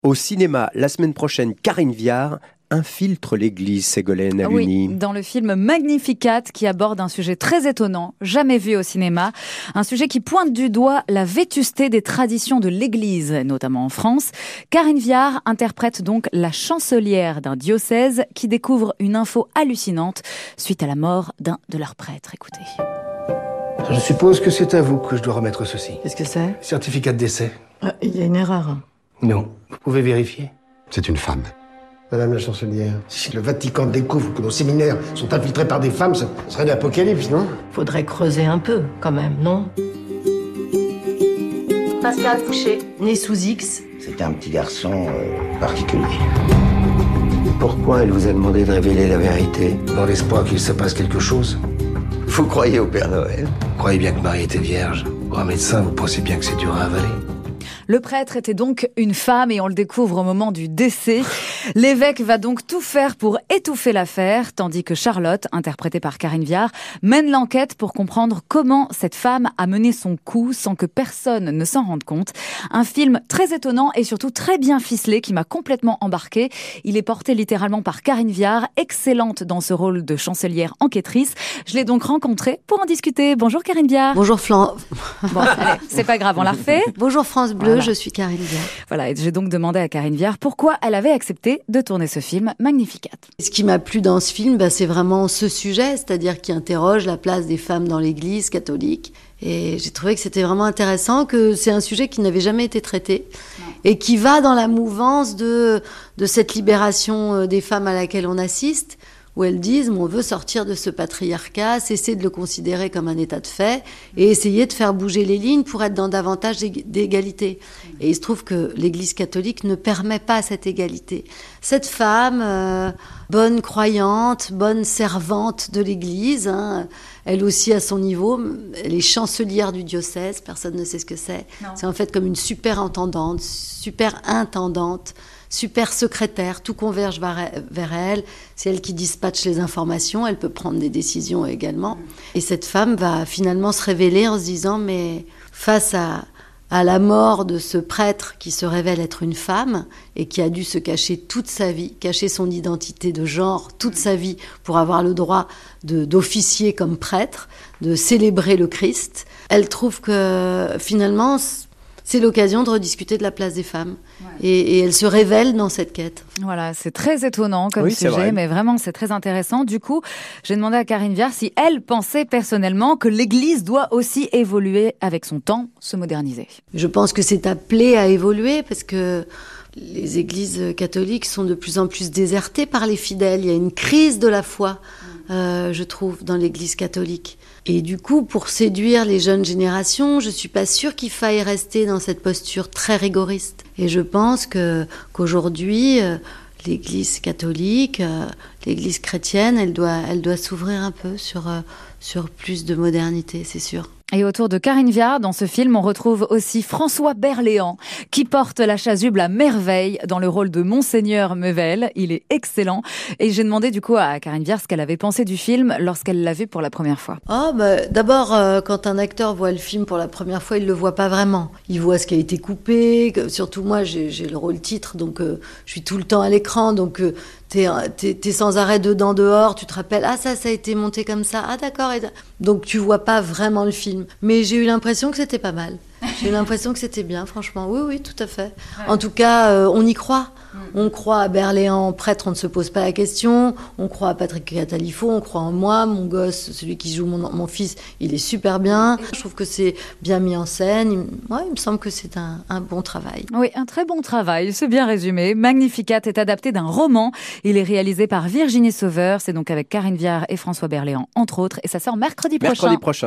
Au cinéma, la semaine prochaine, Karine Viard infiltre l'église, Ségolène Aluni. Oui, dans le film Magnificat qui aborde un sujet très étonnant, jamais vu au cinéma. Un sujet qui pointe du doigt la vétusté des traditions de l'église, notamment en France. Karine Viard interprète donc la chancelière d'un diocèse qui découvre une info hallucinante suite à la mort d'un de leurs prêtres. Écoutez. Je suppose que c'est à vous que je dois remettre ceci. Qu'est-ce que c'est ? Certificat de décès. Il y a une erreur. Non. Vous pouvez vérifier. C'est une femme. Madame la chancelière, si le Vatican découvre que nos séminaires sont infiltrés par des femmes, ça serait l'apocalypse, non ? Faudrait creuser un peu, quand même, non ? Pascal Fouché, né sous X. C'était un petit garçon particulier. Pourquoi elle vous a demandé de révéler la vérité ? Dans l'espoir qu'il se passe quelque chose. Vous croyez au Père Noël ? Vous croyez bien que Marie était vierge. Pour un médecin, vous pensez bien que c'est dur à avaler. Le prêtre était donc une femme et on le découvre au moment du décès. L'évêque va donc tout faire pour étouffer l'affaire, tandis que Charlotte, interprétée par Karine Viard, mène l'enquête pour comprendre comment cette femme a mené son coup sans que personne ne s'en rende compte. Un film très étonnant et surtout très bien ficelé qui m'a complètement embarquée. Il est porté littéralement par Karine Viard, excellente dans ce rôle de chancelière enquêtrice. Je l'ai donc rencontrée pour en discuter. Bonjour Karine Viard. Bonjour Bon, allez, c'est pas grave, on la refait. Bonjour France Bleu. Voilà. Je suis Karine Viard. Voilà, et j'ai donc demandé à Karine Viard pourquoi elle avait accepté de tourner ce film Magnificat. Ce qui m'a plu dans ce film, c'est vraiment ce sujet, c'est-à-dire qui interroge la place des femmes dans l'Église catholique. Et j'ai trouvé que c'était vraiment intéressant, que c'est un sujet qui n'avait jamais été traité et qui va dans la mouvance de cette libération des femmes à laquelle on assiste, où elles disent on veut sortir de ce patriarcat, cesser de le considérer comme un état de fait et essayer de faire bouger les lignes pour être dans davantage d'égalité. Et il se trouve que l'Église catholique ne permet pas cette égalité. Cette femme, bonne croyante, bonne servante de l'Église, elle aussi à son niveau, elle est chancelière du diocèse, personne ne sait ce que c'est. Non. C'est en fait comme une super intendante, super secrétaire, tout converge vers elle. C'est elle qui dispatche les informations, elle peut prendre des décisions également. Et cette femme va finalement se révéler en se disant, mais face à la mort de ce prêtre qui se révèle être une femme et qui a dû se cacher toute sa vie, cacher son identité de genre toute sa vie pour avoir le droit d'officier comme prêtre, de célébrer le Christ, elle trouve que finalement c'est l'occasion de rediscuter de la place des femmes. Ouais. Et elle se révèle dans cette quête. Voilà, c'est très étonnant comme sujet, mais vraiment c'est très intéressant. Du coup, j'ai demandé à Karine Viard si elle pensait personnellement que l'Église doit aussi évoluer avec son temps, se moderniser. Je pense que c'est appelé à évoluer parce que les églises catholiques sont de plus en plus désertées par les fidèles. Il y a une crise de la foi, je trouve, dans l'Église catholique. Et du coup, pour séduire les jeunes générations, je suis pas sûre qu'il faille rester dans cette posture très rigoriste. Et je pense qu'aujourd'hui, l'Église catholique, l'Église chrétienne, elle doit s'ouvrir un peu sur plus de modernité, c'est sûr. Et autour de Karine Viard, dans ce film, on retrouve aussi François Berléand, qui porte la chasuble à merveille dans le rôle de Monseigneur Mevel. Il est excellent. Et j'ai demandé du coup à Karine Viard ce qu'elle avait pensé du film lorsqu'elle l'a vu pour la première fois. D'abord, quand un acteur voit le film pour la première fois, il le voit pas vraiment. Il voit ce qui a été coupé. Surtout moi, j'ai le rôle titre, donc je suis tout le temps à l'écran, donc t'es sans arrêt dedans, dehors. Tu te rappelles, ça a été monté comme ça. Ah d'accord. Donc tu vois pas vraiment le film. Mais j'ai eu l'impression que c'était pas mal. J'ai eu l'impression que c'était bien, franchement. Oui, tout à fait. Ouais. En tout cas, on y croit. On croit à Berléand, prêtre, on ne se pose pas la question. On croit à Patrick Catalifo, on croit en moi. Mon gosse, celui qui joue mon fils, il est super bien. Je trouve que c'est bien mis en scène. Il me semble que c'est un bon travail. Oui, un très bon travail, c'est bien résumé. Magnificat est adapté d'un roman. Il est réalisé par Virginie Sauveur. C'est donc avec Karine Viard et François Berléand, entre autres. Et ça sort mercredi prochain.